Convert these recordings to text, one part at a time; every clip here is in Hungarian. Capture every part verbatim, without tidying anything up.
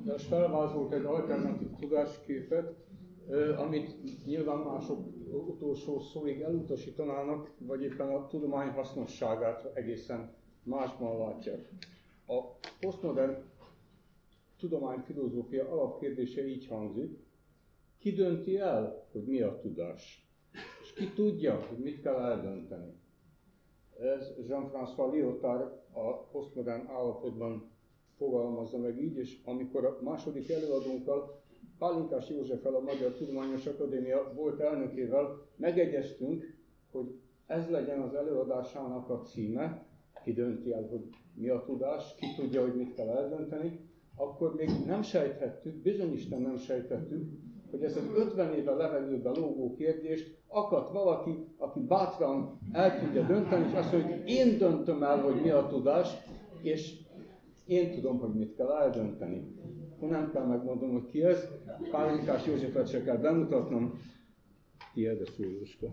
most felvázolt egy alternatív tudásképet, amit nyilván mások utolsó szóig elutasítanának, vagy éppen a tudomány hasznosságát egészen másban látják. A posztmodern tudományfilozófia alapkérdése így hangzik: ki dönti el, hogy mi a tudás? És ki tudja, hogy mit kell eldönteni? Ez Jean-François Lyotard a posztmodern állapotban fogalmazza meg így, és amikor a második előadónkkal, Pálinkás Józseffel, a Magyar Tudományos Akadémia volt elnökével megegyeztünk, hogy ez legyen az előadásának a címe, ki dönti el, hogy mi a tudás, ki tudja, hogy mit kell eldönteni, akkor még nem sejthettük, bizonyisten nem sejthettük, hogy ez az ötven éve levegőben lógó kérdést akadt valaki, aki bátran el tudja dönteni, és azt mondja, hogy én döntöm el, hogy mi a tudás, és én tudom, hogy mit kell eldönteni. Akkor nem kell megmondom, hogy ki ez. Pálinkás Józsefet se kell bemutatnom. Tiéd a szó, Jóska.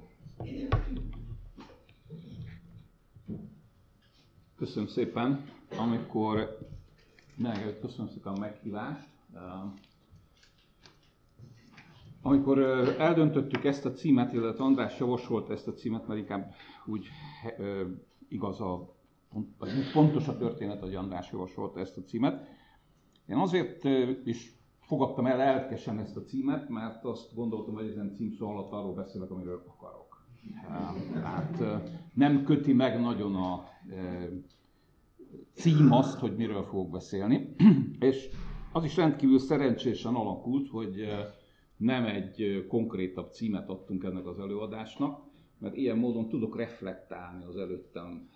Köszönöm szépen. Amikor mindenekelőtt köszönöm szépen a meghívást. Amikor eldöntöttük ezt a címet, illetve András javasolt ezt a címet, mert inkább úgy igaz a pontos a történet, hogy András javasolta ezt a címet. Én azért is fogadtam el lelkesen ezt a címet, mert azt gondoltam, hogy ezen címszó alatt arról beszélek, amiről akarok. Tehát nem köti meg nagyon a cím azt, hogy miről fogok beszélni. És az is rendkívül szerencsésen alakult, hogy nem egy konkrétabb címet adtunk ennek az előadásnak, mert ilyen módon tudok reflektálni az előttem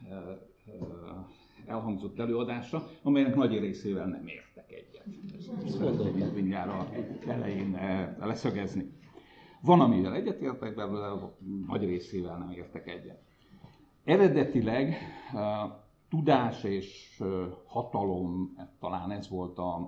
elhangzott előadásra, amelynek nagy részével nem értek egyet. Ezt gondolom mindjárt a elején leszögezni. Van, amivel egyetértek, de nagy részével nem értek egyet. Eredetileg tudás és hatalom, talán ez volt az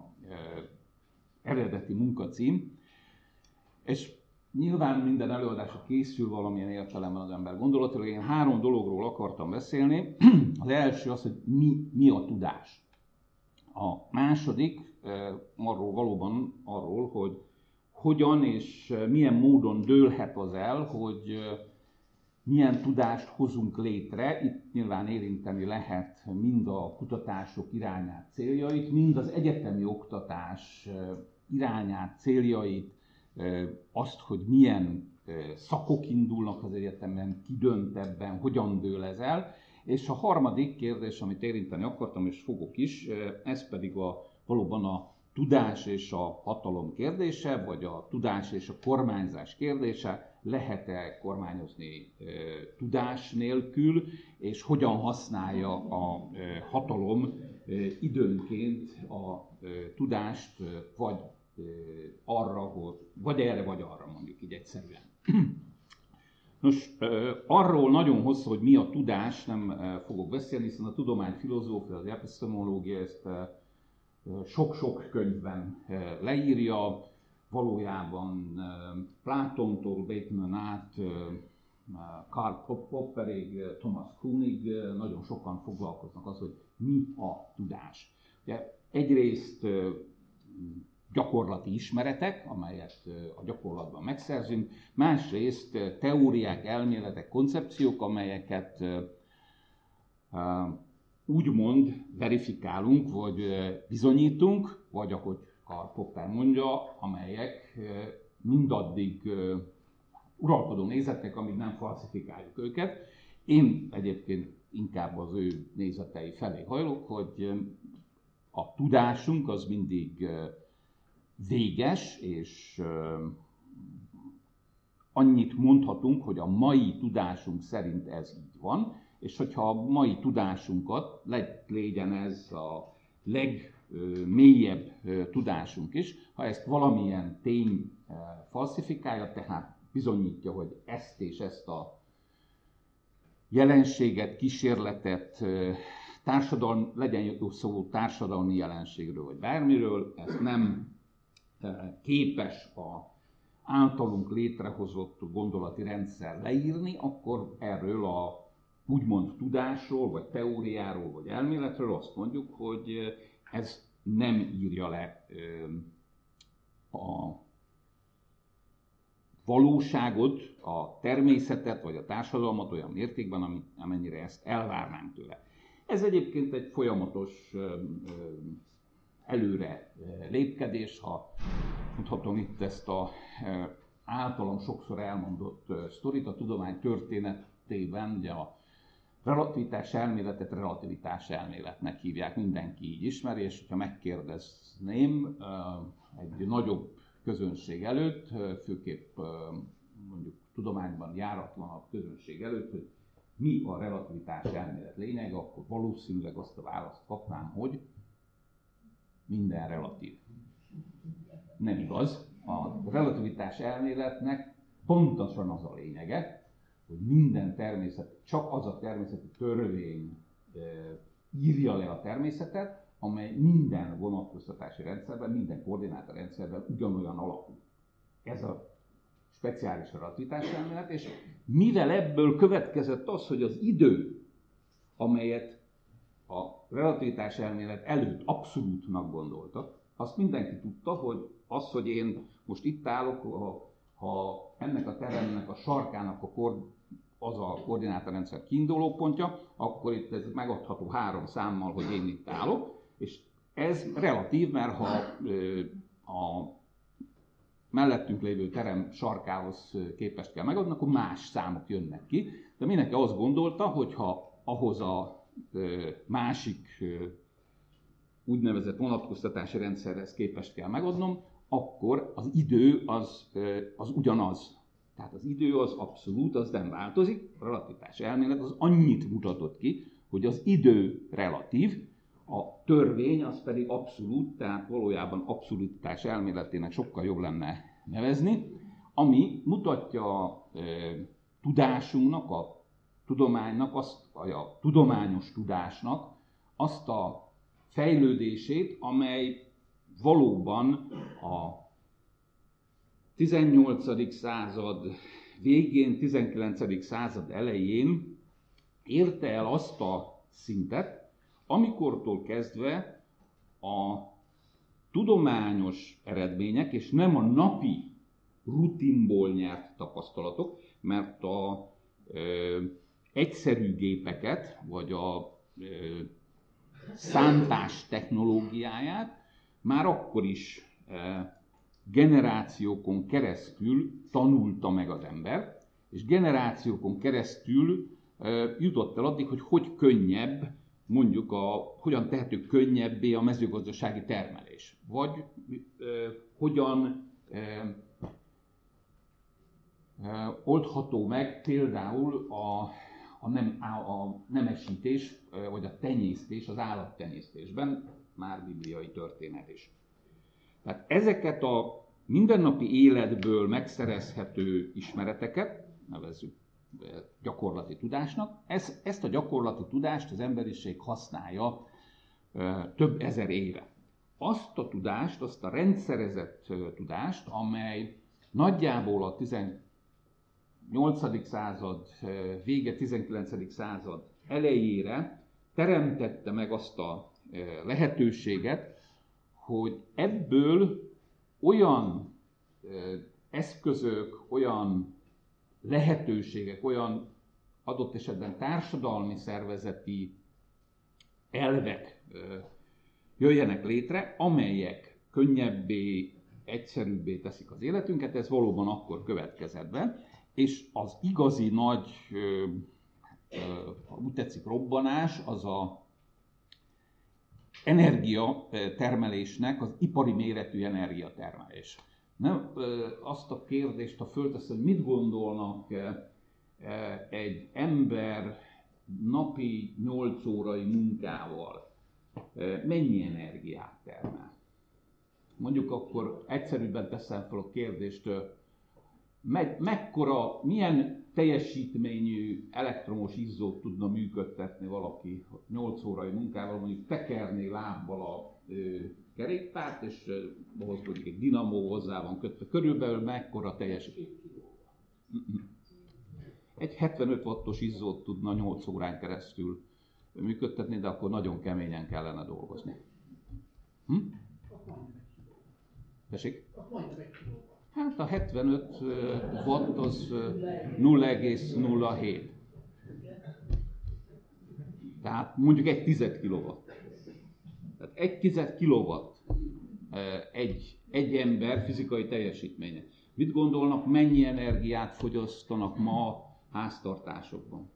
eredeti munkacím, és nyilván minden előadásra készül valamilyen értelemben az ember gondolatilag. Én három dologról akartam beszélni. Az első az, hogy mi, mi a tudás. A második arról valóban arról, hogy hogyan és milyen módon dőlhet az el, hogy milyen tudást hozunk létre. Itt nyilván érinteni lehet mind a kutatások irányát, céljait, mind az egyetemi oktatás irányát, céljait, azt, hogy milyen szakok indulnak az egyetemen, ki dönt ebben, hogyan dől ez el. És a harmadik kérdés, amit érinteni akartam, és fogok is, ez pedig a, valóban a tudás és a hatalom kérdése, vagy a tudás és a kormányzás kérdése. Lehet-e kormányozni e, tudás nélkül, és hogyan használja a e, hatalom e, időnként a e, tudást, vagy arra, hogy vagy erre, vagy arra, mondjuk így egyszerűen. Nos, arról nagyon hosszú, hogy mi a tudás, nem fogok beszélni, hiszen a tudományfilozófia, az epistemológia ezt sok-sok könyvben leírja, valójában Plátontól Bateman át, Karl Popperig, Thomas Kuhnig nagyon sokan foglalkoznak az, hogy mi a tudás. Ugye egyrészt gyakorlati ismeretek, amelyet a gyakorlatban megszerzünk, másrészt teóriák, elméletek, koncepciók, amelyeket úgymond verifikálunk, vagy bizonyítunk, vagy ahogy Karl Popper mondja, amelyek mindaddig uralkodó nézetek, amíg nem falsifikáljuk őket. Én egyébként inkább az ő nézetei felé hajlok, hogy a tudásunk az mindig véges, és annyit mondhatunk, hogy a mai tudásunk szerint ez így van, és hogyha a mai tudásunkat, legyen ez a legmélyebb tudásunk is, ha ezt valamilyen tény falsifikálja, tehát bizonyítja, hogy ezt és ezt a jelenséget, kísérletet, társadalmi, legyen szó társadalmi jelenségről, vagy bármiről, ezt nem képes a általunk létrehozott gondolati rendszer leírni, akkor erről a úgymond tudásról, vagy teóriáról, vagy elméletről azt mondjuk, hogy ez nem írja le a valóságot, a természetet vagy a társadalmat olyan mértékben, amennyire ezt elvárnánk tőle. Ez egyébként egy folyamatos előre lépkedés, ha mondhatom itt ezt a általam sokszor elmondott sztorit, a tudomány történetében ugye a relativitás elméletet relativitás elméletnek hívják, mindenki így ismeri, és ha megkérdezném egy nagyobb közönség előtt, főképp mondjuk tudományban járatlanabb közönség előtt, hogy mi a relativitás elmélet lényege, akkor valószínűleg azt a választ kapnám, hogy minden relatív. Nem igaz. A relativitás elméletnek pontosan az a lényege, hogy minden természet, csak az a természeti törvény e, írja le a természetet, amely minden vonatkoztatási rendszerben, minden koordináta rendszerben ugyanolyan alakul. Ez a speciális relativitás elmélet, és mivel ebből következett az, hogy az idő, amelyet a relativitás elmélet előtt abszolútnak gondoltak, azt mindenki tudta, hogy az, hogy én most itt állok, ha, ha ennek a teremnek a sarkának a kor, az a koordinátarendszer kiindulópontja, akkor itt ez megadható három számmal, hogy én itt állok, és ez relatív, mert ha ö, a mellettünk lévő terem sarkához képest kell megadni, akkor más számok jönnek ki. De mindenki azt gondolta, hogy ha ahhoz a ö, másik ö, úgynevezett vonatkoztatási rendszerhez képest kell megadnom, akkor az idő az, ö, az ugyanaz. Tehát az idő az abszolút, az nem változik, a relativitás elmélet az annyit mutatott ki, hogy az idő relatív, a törvény az pedig abszolút, tehát valójában abszolutitás elméletének sokkal jobb lenne nevezni, ami mutatja a e, tudásunknak, a tudománynak, azt, vagy a tudományos tudásnak azt a fejlődését, amely valóban a tizennyolcadik század végén, tizenkilencedik század elején érte el azt a szintet, amikortól kezdve a tudományos eredmények, és nem a napi rutinból nyert tapasztalatok, mert a ö, egyszerű gépeket, vagy a ö, szántás technológiáját már akkor is ö, generációkon keresztül tanulta meg az ember, és generációkon keresztül ö, jutott el addig, hogy hogy könnyebb, mondjuk a, hogyan tehető könnyebbé a mezőgazdasági termelés, vagy ö, hogyan ö, ö, oldható meg például a, a, nem, a, a nemesítés, ö, vagy a tenyésztés az állattenyésztésben, már bibliai történet is. Tehát ezeket a mindennapi életből megszerezhető ismereteket, nevezzük gyakorlati tudásnak, ez, ezt a gyakorlati tudást az emberiség használja e, több ezer éve. Azt a tudást, azt a rendszerezett e, tudást, amely nagyjából a tizennyolcadik század e, vége, tizenkilencedik század elejére teremtette meg azt a e, lehetőséget, hogy ebből olyan e, eszközök, olyan lehetőségek, olyan adott esetben társadalmi szervezeti elvek ö, jöjjenek létre, amelyek könnyebbé, egyszerűbbé teszik az életünket, ez valóban akkor következett be, és az igazi nagy, ö, ö, úgy tetszik, robbanás, az a energiatermelésnek, az ipari méretű energiatermelés. Nem, azt a kérdést, ha föltesz, hogy mit gondolnak egy ember napi nyolc órai munkával, mennyi energiát termel? Mondjuk akkor egyszerűbben teszem fel a kérdést, me, mekkora, milyen teljesítményű elektromos izzót tudna működtetni valaki nyolc órai munkával, mondjuk tekerné lábbal a kerékpárt, és ahhoz mondjuk egy dinamó hozzá van kötve. Körülbelül mekkora teljesítmény? Egy hetvenöt wattos izzót tudna nyolc órán keresztül működtetni, de akkor nagyon keményen kellene dolgozni. Hm? Tessék? Hát a hetvenöt watt az nulla egész nulla hét. Tehát mondjuk egy tized kilowatt. Tehát egy tized kilowatt egy, egy ember fizikai teljesítménye. Mit gondolnak, mennyi energiát fogyasztanak ma háztartásokban?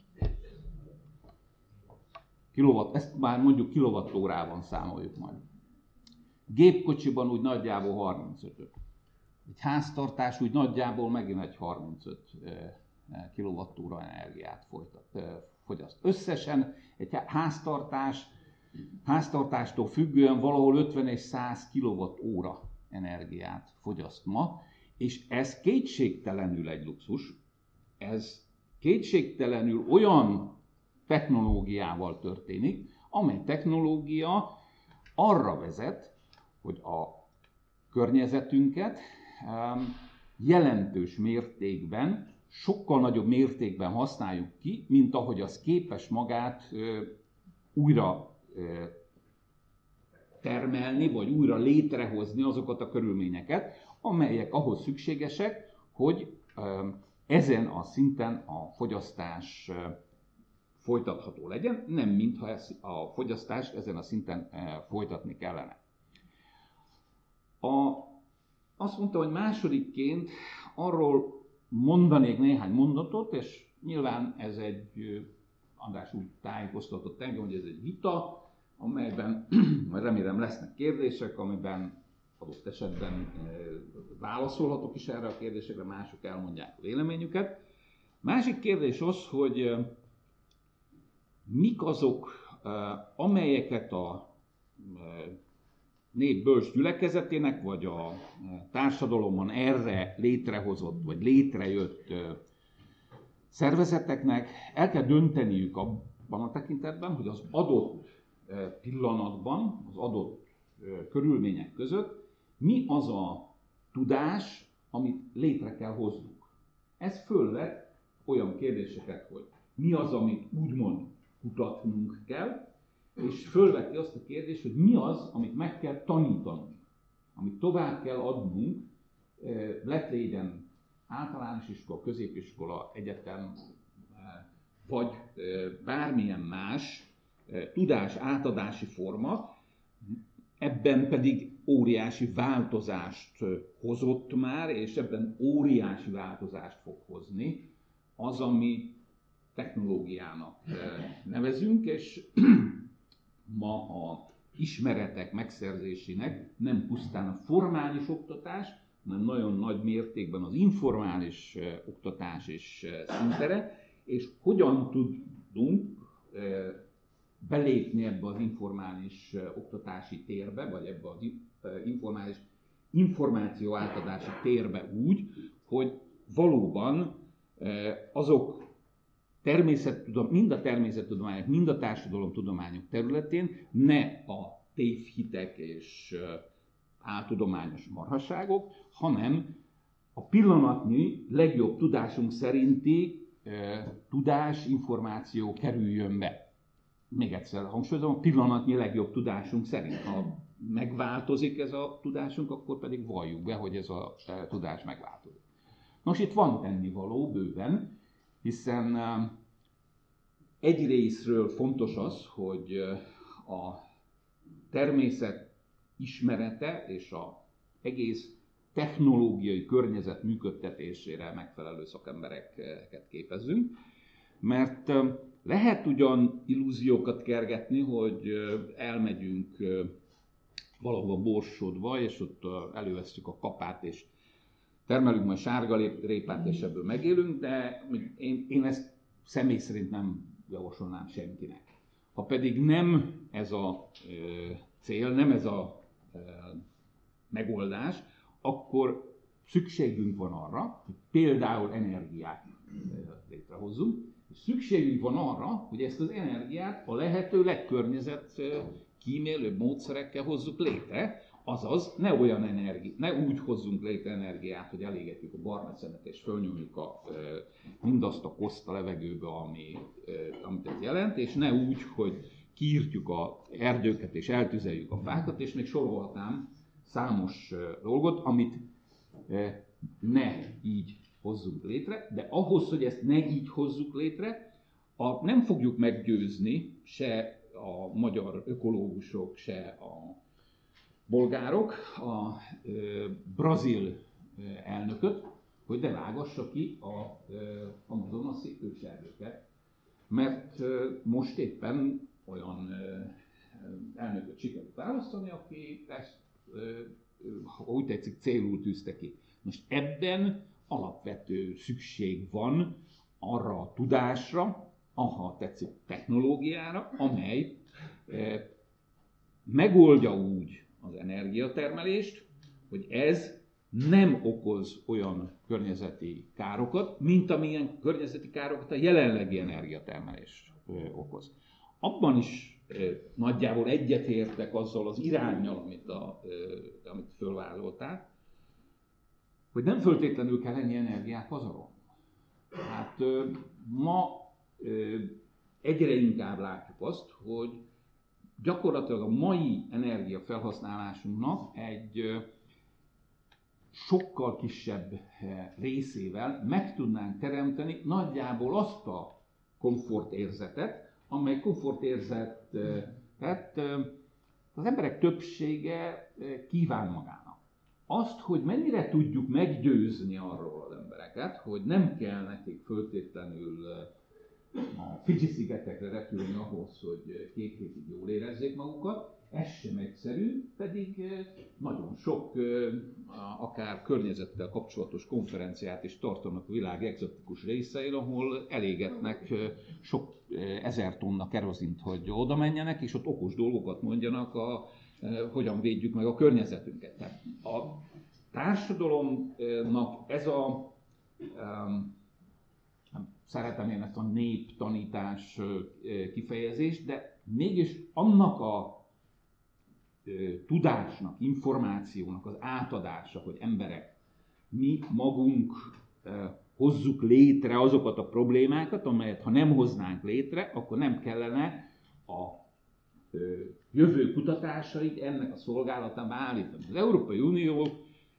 Kilowatt, ezt már mondjuk kilowattórában számoljuk majd. Gépkocsiban úgy nagyjából harmincöt. Egy háztartás úgy nagyjából megint egy harmincöt kilowattóra energiát folytat, fogyaszt. Összesen egy háztartás, háztartástól függően valahol ötven és száz kilowattóra energiát fogyaszt ma, és ez kétségtelenül egy luxus, ez kétségtelenül olyan technológiával történik, amely technológia arra vezet, hogy a környezetünket jelentős mértékben, sokkal nagyobb mértékben használjuk ki, mint ahogy az képes magát újra termelni, vagy újra létrehozni azokat a körülményeket, amelyek ahhoz szükségesek, hogy ezen a szinten a fogyasztás folytatható legyen, nem mintha a fogyasztást ezen a szinten folytatni kellene. A, azt mondta, hogy másodikként arról mondanék néhány mondatot, és nyilván ez egy, András úgy tájékoztatott engem, hogy ez egy vita, amelyben majd remélem lesznek kérdések, amiben adott esetben válaszolhatok is erre a kérdésekre, mások elmondják a véleményüket. Másik kérdés az, hogy mik azok, amelyeket a nép bölcs gyülekezetének, vagy a társadalomban erre létrehozott, vagy létrejött szervezeteknek el kell dönteniük abban a tekintetben, hogy az adott pillanatban, az adott körülmények között mi az a tudás, amit létre kell hoznunk. Ez fölvet olyan kérdéseket, hogy mi az, amit úgymond kutatnunk kell, és fölveti azt a kérdést, hogy mi az, amit meg kell tanítanunk, amit tovább kell adnunk, lett legyen általános iskola, középiskola, egyetem, vagy bármilyen más tudás átadási forma, ebben pedig óriási változást hozott már, és ebben óriási változást fog hozni az, ami technológiának nevezünk, és ma a ismeretek megszerzésének nem pusztán a formális oktatás, hanem nagyon nagy mértékben az informális oktatás is szintere, és hogyan tudunk belépni ebbe az informális oktatási térbe, vagy ebbe az informális információ átadási térbe úgy, hogy valóban azok természettudomány, mind a természettudományok, mind a társadalomtudományok területén ne a tévhitek és áltudományos marhaságok, hanem a pillanatnyi legjobb tudásunk szerinti tudás, információ kerüljön be. Még egyszer hangsúlyozom, a pillanatnyi legjobb tudásunk szerint. Ha megváltozik ez a tudásunk, akkor pedig valljuk be, hogy ez a tudás megváltozik. Nos, itt van tennivaló bőven, hiszen egy részről fontos az, hogy a természet ismerete és az egész technológiai környezet működtetésére megfelelő szakembereket képezzünk, mert lehet ugyan illúziókat kergetni, hogy elmegyünk valahova Borsodba, és ott elővesszük a kapát, és termelünk majd sárgarépát, és ebből megélünk, de én, én ezt személy szerint nem javasolnám senkinek. Ha pedig nem ez a cél, nem ez a megoldás, akkor szükségünk van arra, hogy például energiát létrehozzunk, és szükségünk van arra, hogy ezt az energiát a lehető legkörnyezet kímélőbb módszerekkel hozzuk létre, azaz ne olyan energi, ne úgy hozzunk létre energiát, hogy elégetjük a barna szenet és fölnyomjuk a, mindazt a koszt a levegőbe, ami, amit ez jelent, és ne úgy, hogy kiírtjuk az erdőket és eltüzeljük a fákat, és még sorolhatnám számos dolgot, amit ne így hozzunk létre, de ahhoz, hogy ezt ne így hozzuk létre, a, nem fogjuk meggyőzni se a magyar ökológusok, se a bolgárok a ö, brazil elnököt, hogy ne vágassa ki a ö, amazonasi őserdőket, mert ö, most éppen olyan ö, elnököt sikerült választani, aki ezt, ö, úgy tetszik, célul tűzte ki. Most ebben alapvető szükség van arra a tudásra, aha, tetszik, technológiára, amely e, megoldja úgy az energiatermelést, hogy ez nem okoz olyan környezeti károkat, mint amilyen környezeti károkat a jelenlegi energiatermelés e, okoz. Abban is e, nagyjából egyetértek azzal az iránnyal, amit, a, e, amit fölvázoltál, hogy nem föltétlenül kell ennyi energiát pazarolni. Hát ma egyre inkább látjuk azt, hogy gyakorlatilag a mai energiafelhasználásunknak egy sokkal kisebb részével meg tudnánk teremteni nagyjából azt a komfortérzetet, amely komfortérzetet az emberek többsége kíván magának. Azt, hogy mennyire tudjuk meggyőzni arról az embereket, hogy nem kell nekik föltétlenül a Fidzsi-szigetekre repülni ahhoz, hogy két hétig jól érezzék magukat, ez sem egyszerű, pedig nagyon sok akár környezettel kapcsolatos konferenciát is tartanak a világ egzotikus részein, ahol elégetnek sok ezer tonna kerozint, hogy oda menjenek, és ott okos dolgokat mondjanak a hogyan védjük meg a környezetünket. Tehát a társadalomnak ez a, um, szeretem én ezt a néptanítás kifejezést, de mégis annak a uh, tudásnak, információnak az átadása, hogy emberek, mi magunk uh, hozzuk létre azokat a problémákat, amelyet ha nem hoznánk létre, akkor nem kellene a jövő kutatásait ennek a szolgálatába állítani. Az Európai Unió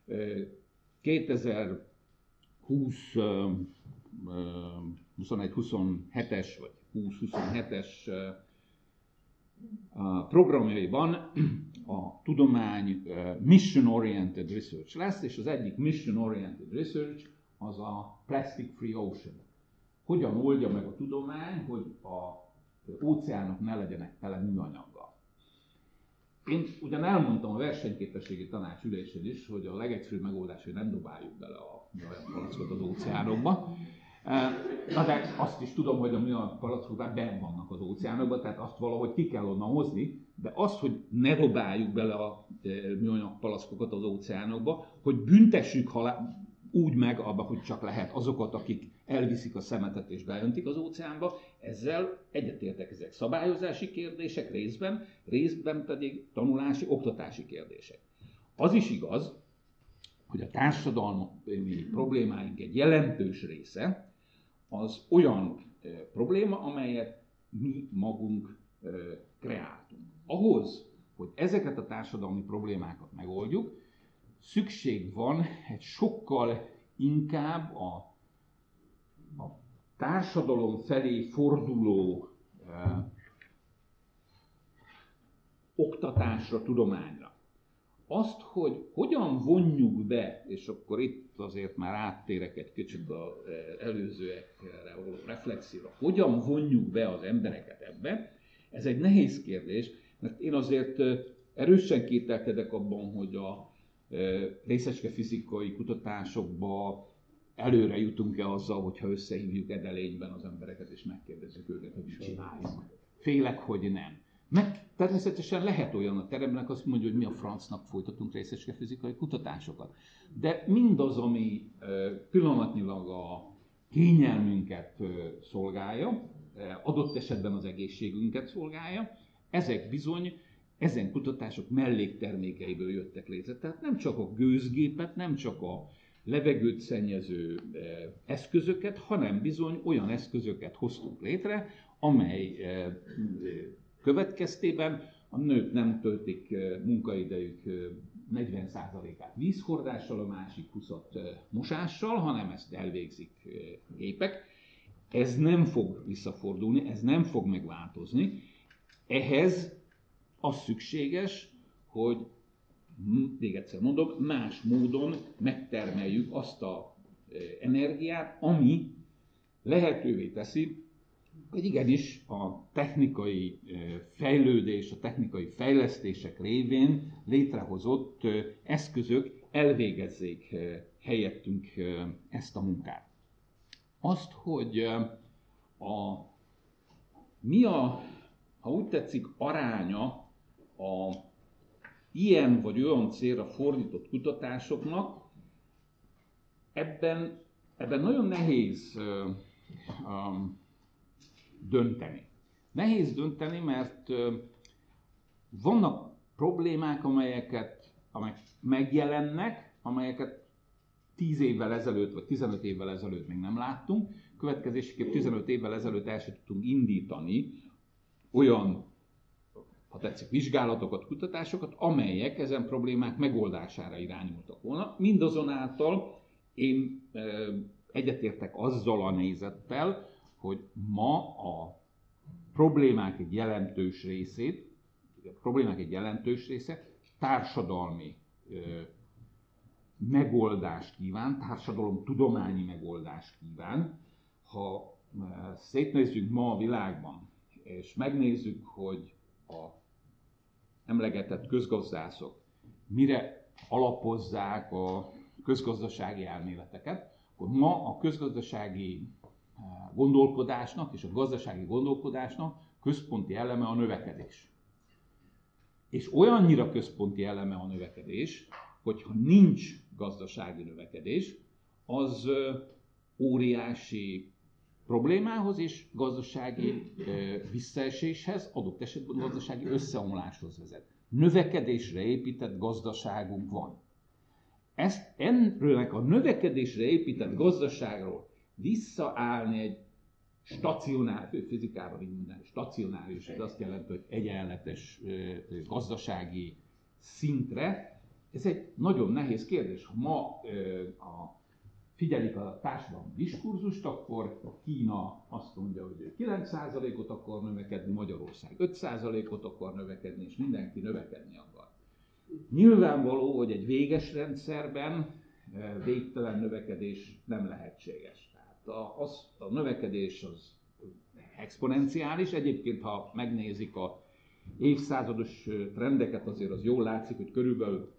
kétezer-húsz huszonegy huszonhetes vagy húsz huszonhetes programjaiban a tudomány mission-oriented research lesz, és az egyik mission-oriented research az a plastic free ocean. Hogyan oldja meg a tudomány, hogy a óceánok ne legyenek tele műanyaggal. Én ugyan elmondtam a versenyképességi tanács ülésén is, hogy a legegyszerűbb megoldás, hogy nem dobáljuk bele a műanyag palackot az óceánokba. Na de azt is tudom, hogy a műanyag palackok már benn vannak az óceánokban, tehát azt valahogy ki kell onnan hozni, de az, hogy ne dobáljuk bele a műanyag palackokat az óceánokba, hogy büntessük halál, úgy meg abba, hogy csak lehet azokat, akik elviszik a szemetet és beöntik az óceánba, ezzel egyetértek, ezek szabályozási kérdések részben, részben pedig tanulási, oktatási kérdések. Az is igaz, hogy a társadalmi problémáink egy jelentős része az olyan e, probléma, amelyet mi magunk e, kreáltunk. Ahhoz, hogy ezeket a társadalmi problémákat megoldjuk, szükség van egy sokkal inkább a, a társadalom felé forduló eh, oktatásra, tudományra. Azt, hogy hogyan vonjuk be, és akkor itt azért már áttérek egy kicsit az előzőekre való reflexióra, hogyan vonjuk be az embereket ebbe, ez egy nehéz kérdés, mert én azért erősen kételkedek abban, hogy a részecskefizikai kutatásokba előre jutunk-e azzal, hogyha összehívjuk edelényben az embereket, és megkérdezzük őket, hogy mit csináljuk. Félek, hogy nem. Meg természetesen lehet olyan a teremnek, azt mondja, hogy mi a francnak folytatunk részecskefizikai kutatásokat. De mindaz, ami pillanatnyilag a kényelmünket szolgálja, adott esetben az egészségünket szolgálja, ezek bizony ezen kutatások melléktermékeiből jöttek létre. Tehát nem csak a gőzgépet, nem csak a levegőt szennyező eszközöket, hanem bizony olyan eszközöket hoztunk létre, amely következtében a nők nem töltik munkaidejük negyven százalékát vízhordással, a másik huszonat mosással, hanem ezt elvégzik gépek. Ez nem fog visszafordulni, ez nem fog megváltozni. Ehhez az szükséges, hogy még egyszer mondom, más módon megtermeljük azt az energiát, ami lehetővé teszi, hogy igenis a technikai fejlődés, a technikai fejlesztések révén létrehozott eszközök elvégezzék helyettünk ezt a munkát. Azt, hogy a, mi a, ha úgy tetszik, aránya a ilyen vagy olyan célra fordított kutatásoknak, ebben, ebben nagyon nehéz uh, um, dönteni. Nehéz dönteni, mert uh, vannak problémák, amelyeket, amelyek megjelennek, amelyeket tíz évvel ezelőtt, vagy tizenöt évvel ezelőtt még nem láttunk. Következésképp tizenöt évvel ezelőtt el sem tudtunk indítani olyan, ha tetszik, vizsgálatokat, kutatásokat, amelyek ezen problémák megoldására irányultak volna. Mindazonáltal én e, egyetértek azzal a nézettel, hogy ma a problémák egy jelentős részét, a problémák egy jelentős része társadalmi e, megoldást kíván, társadalomtudományi megoldást kíván. Ha e, szétnézzük ma a világban, és megnézzük, hogy a emlegetett közgazdászok mire alapozzák a közgazdasági elméleteket, akkor ma a közgazdasági gondolkodásnak és a gazdasági gondolkodásnak központi eleme a növekedés. És olyannyira központi eleme a növekedés, hogyha nincs gazdasági növekedés, az óriási problémához és gazdasági visszaeséshez, adott esetben gazdasági összeomláshoz vezet. Növekedésre épített gazdaságunk van. Ezt ennek a növekedésre épített gazdaságról visszaállni egy stacionáris, fizikában így minden stacionáris, ez azt jelenti, hogy egyenletes gazdasági szintre, ez egy nagyon nehéz kérdés. Ha ma a figyelik a társadalmi diskurzust, akkor Kína azt mondja, hogy kilenc százalékot akar növekedni, Magyarország öt százalékot akar növekedni, és mindenki növekedni akar. Nyilvánvaló, hogy egy véges rendszerben végtelen növekedés nem lehetséges. Tehát a, az, a növekedés az exponenciális. Egyébként, ha megnézik a évszázados trendeket, azért az jól látszik, hogy körülbelül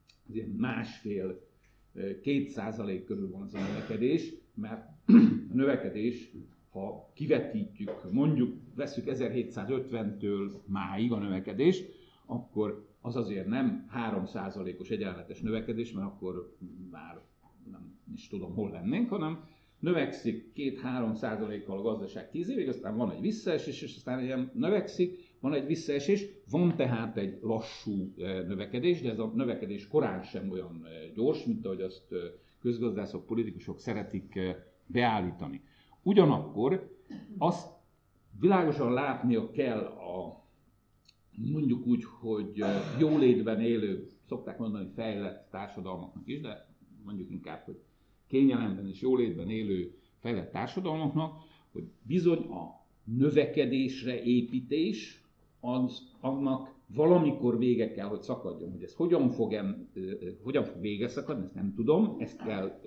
másfél két százalék körül van az a növekedés, mert a növekedés, ha kivetítjük, mondjuk veszük ezerhétszázötventől máig a növekedést, akkor az azért nem három százalékos egyenletes növekedés, mert akkor már nem is tudom, hol lennénk, hanem növekszik két-három százalékkal a gazdaság tíz évig, aztán van egy visszaesés, és aztán ilyen növekszik, van egy visszaesés, van tehát egy lassú növekedés, de ez a növekedés korán sem olyan gyors, mint ahogy azt közgazdászok, politikusok szeretik beállítani. Ugyanakkor azt világosan látnia kell a, mondjuk úgy, hogy jólétben élő, szokták mondani fejlett társadalmaknak is, de mondjuk inkább, hogy kényelemben és jólétben élő fejlett társadalmaknak, hogy bizony a növekedésre építés, az, annak valamikor vége kell, hogy szakadjon. Hogy ez hogyan fog, em, hogyan fog vége szakadni, ezt nem tudom, ezt, kell,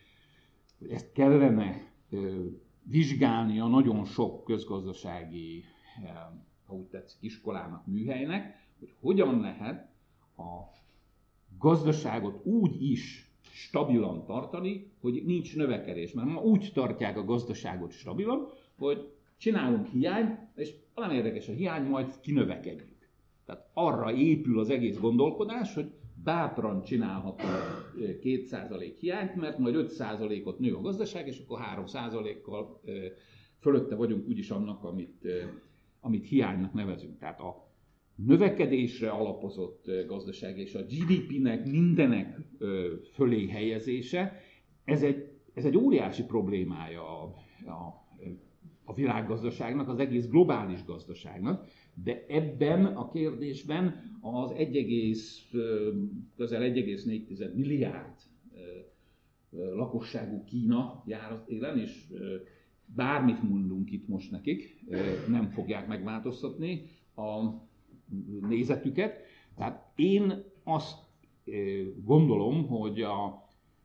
ezt kellene vizsgálni a nagyon sok közgazdasági, ha úgy tetszik, iskolának, műhelynek, hogy hogyan lehet a gazdaságot úgy is stabilan tartani, hogy nincs növekedés. Mert ma úgy tartják a gazdaságot stabilan, hogy csinálunk hiányt, és valami érdekes, a hiány, majd kinövekedjük. Tehát arra épül az egész gondolkodás, hogy bátran csinálhatunk két százalék hiányt, mert majd öt százalékot nő a gazdaság, és akkor három százalékkal fölötte vagyunk úgyis annak, amit, amit hiánynak nevezünk. Tehát a növekedésre alapozott gazdaság és a gé dé pé-nek mindenek fölé helyezése, ez egy, ez egy óriási problémája a, a, a világgazdaságnak, az egész globális gazdaságnak. De ebben a kérdésben az egy, közel egy egész négy milliárd lakosságú Kína jár élen, és bármit mondunk itt most nekik, nem fogják megváltoztatni a nézetüket. Tehát én azt gondolom, hogy a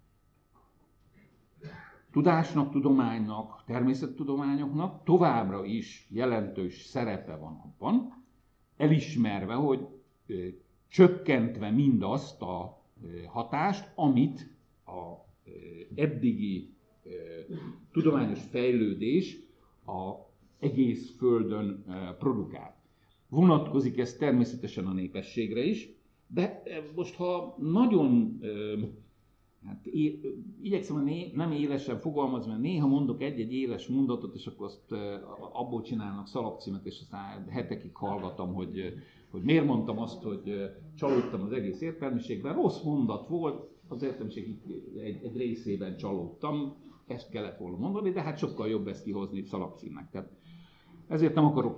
tudásnak, tudománynak, természettudományoknak továbbra is jelentős szerepe van abban, elismerve, hogy csökkentve mindazt a hatást, amit a eddigi tudományos fejlődés az egész Földön produkált. Vonatkozik ez természetesen a népességre is, de most ha nagyon, hát igyekszem nem élesen fogalmazni, mert néha mondok egy-egy éles mondatot, és akkor azt abból csinálnak szalagcímet, és aztán hetekig hallgatom, hogy, hogy miért mondtam azt, hogy csalódtam az egész értelmiségben. Rossz mondat volt, az értelmiség egy, egy részében csalódtam, ezt kellett volna mondani, de hát sokkal jobb ezt kihozni szalagcímnek. Tehát ezért nem akarok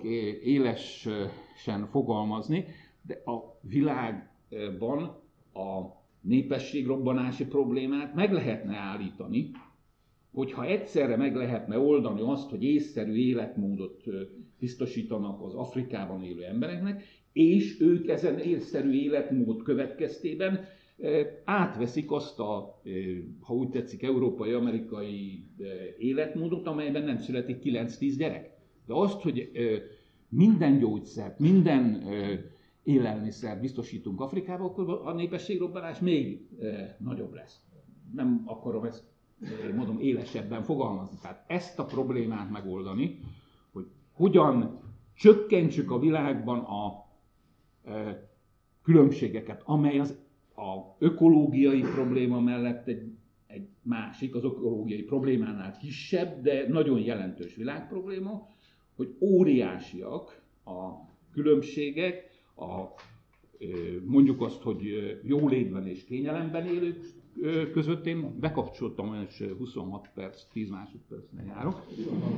élesen fogalmazni, de a világban a népességrobbanási problémát meg lehetne állítani, hogyha egyszerre meg lehetne oldani azt, hogy észszerű életmódot biztosítanak az Afrikában élő embereknek, és ők ezen észszerű életmód következtében átveszik azt a, ha úgy tetszik, európai-amerikai életmódot, amelyben nem születik kilenc-tíz gyerek. De azt, hogy minden gyógyszert, minden élelmiszert biztosítunk Afrikába, akkor a népességrobbanás még nagyobb lesz. Nem akarom ezt, mondom, élesebben fogalmazni. Tehát ezt a problémát megoldani, hogy hogyan csökkentsük a világban a különbségeket, amely az a ökológiai probléma mellett egy, egy másik, az ökológiai problémánál kisebb, de nagyon jelentős világprobléma, hogy óriásiak a különbségek, a, mondjuk azt, hogy jólétben és kényelemben élők között. Én bekapcsoltam, és huszonhat perc, tíz másodpercnél járok.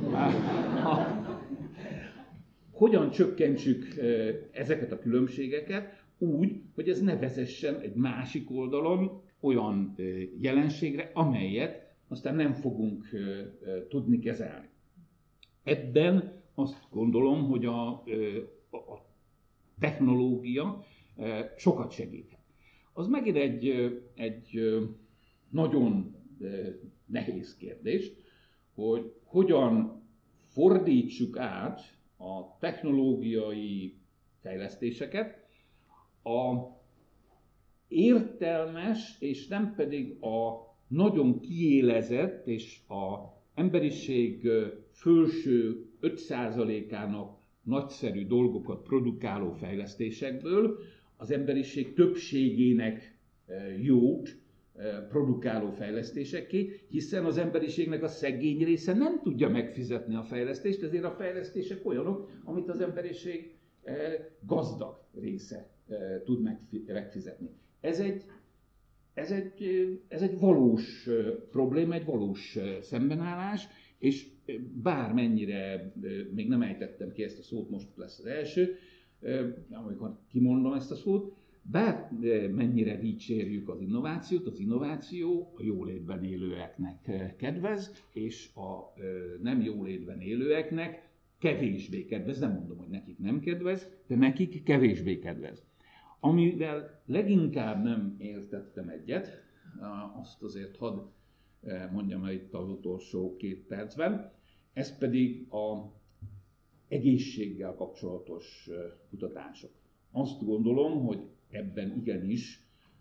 Hogyan csökkentsük ezeket a különbségeket úgy, hogy ez ne vezessen egy másik oldalon olyan jelenségre, amelyet aztán nem fogunk tudni kezelni. Ebben azt gondolom, hogy a, a technológia sokat segíthet. Az megint egy, egy nagyon nehéz kérdés, hogy hogyan fordítsuk át a technológiai fejlesztéseket a értelmes, és nem pedig a nagyon kiélezett és a emberiség fölső öt százalékának nagyszerű dolgokat produkáló fejlesztésekből az emberiség többségének jót produkáló fejlesztésekké, hiszen az emberiségnek a szegény része nem tudja megfizetni a fejlesztést, ezért a fejlesztések olyanok, amit az emberiség gazdag része tud megfizetni. Ez egy, ez egy, ez egy valós probléma, egy valós szembenállás, és bármennyire, még nem ejtettem ki ezt a szót, most lesz az első, amikor kimondom ezt a szót, bármennyire dicsérjük az innovációt, az innováció a jólétben élőeknek kedvez, és a nem jólétben élőeknek kevésbé kedvez. Nem mondom, hogy nekik nem kedvez, de nekik kevésbé kedvez. Amivel leginkább nem értettem egyet, azt azért hadd mondjam el itt az utolsó két percben, ez pedig az egészséggel kapcsolatos kutatások. Azt gondolom, hogy ebben igenis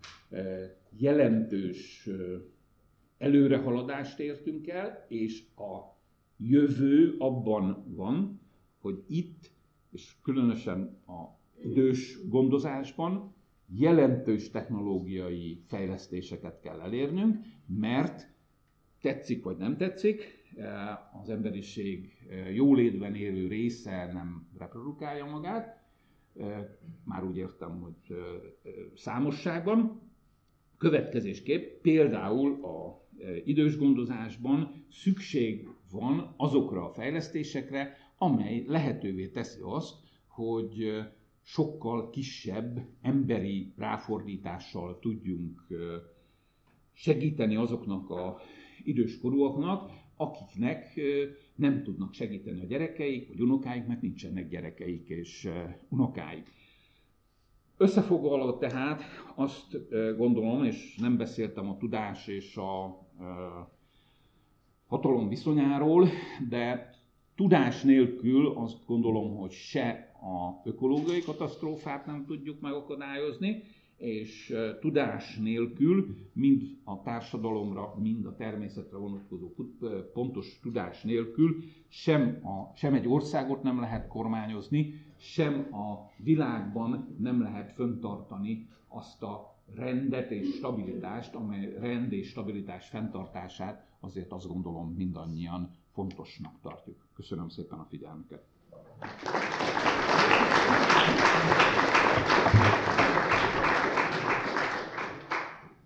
jelentős előrehaladást értünk el, és a jövő abban van, hogy itt, és különösen az idős gondozásban jelentős technológiai fejlesztéseket kell elérnünk, mert tetszik vagy nem tetszik, az emberiség jólétben élő része nem reprodukálja magát, már úgy értem, hogy számosságban. Következésképp például az idős gondozásban szükség van azokra a fejlesztésekre, amely lehetővé teszi azt, hogy sokkal kisebb emberi ráfordítással tudjunk segíteni azoknak az időskorúaknak, akiknek nem tudnak segíteni a gyerekeik, vagy unokáik, mert nincsenek gyerekeik és unokáik. Összefoglalva tehát azt gondolom, és nem beszéltem a tudás és a hatalom viszonyáról, de tudás nélkül azt gondolom, hogy se a ökológiai katasztrófát nem tudjuk megakadályozni, és tudás nélkül mind a társadalomra, mind a természetre vonatkozó pontos tudás nélkül sem, a, sem egy országot nem lehet kormányozni, sem a világban nem lehet fenntartani azt a rendet és stabilitást, amely rend és stabilitás fenntartását azért azt gondolom mindannyian fontosnak tartjuk. Köszönöm szépen a figyelmüket!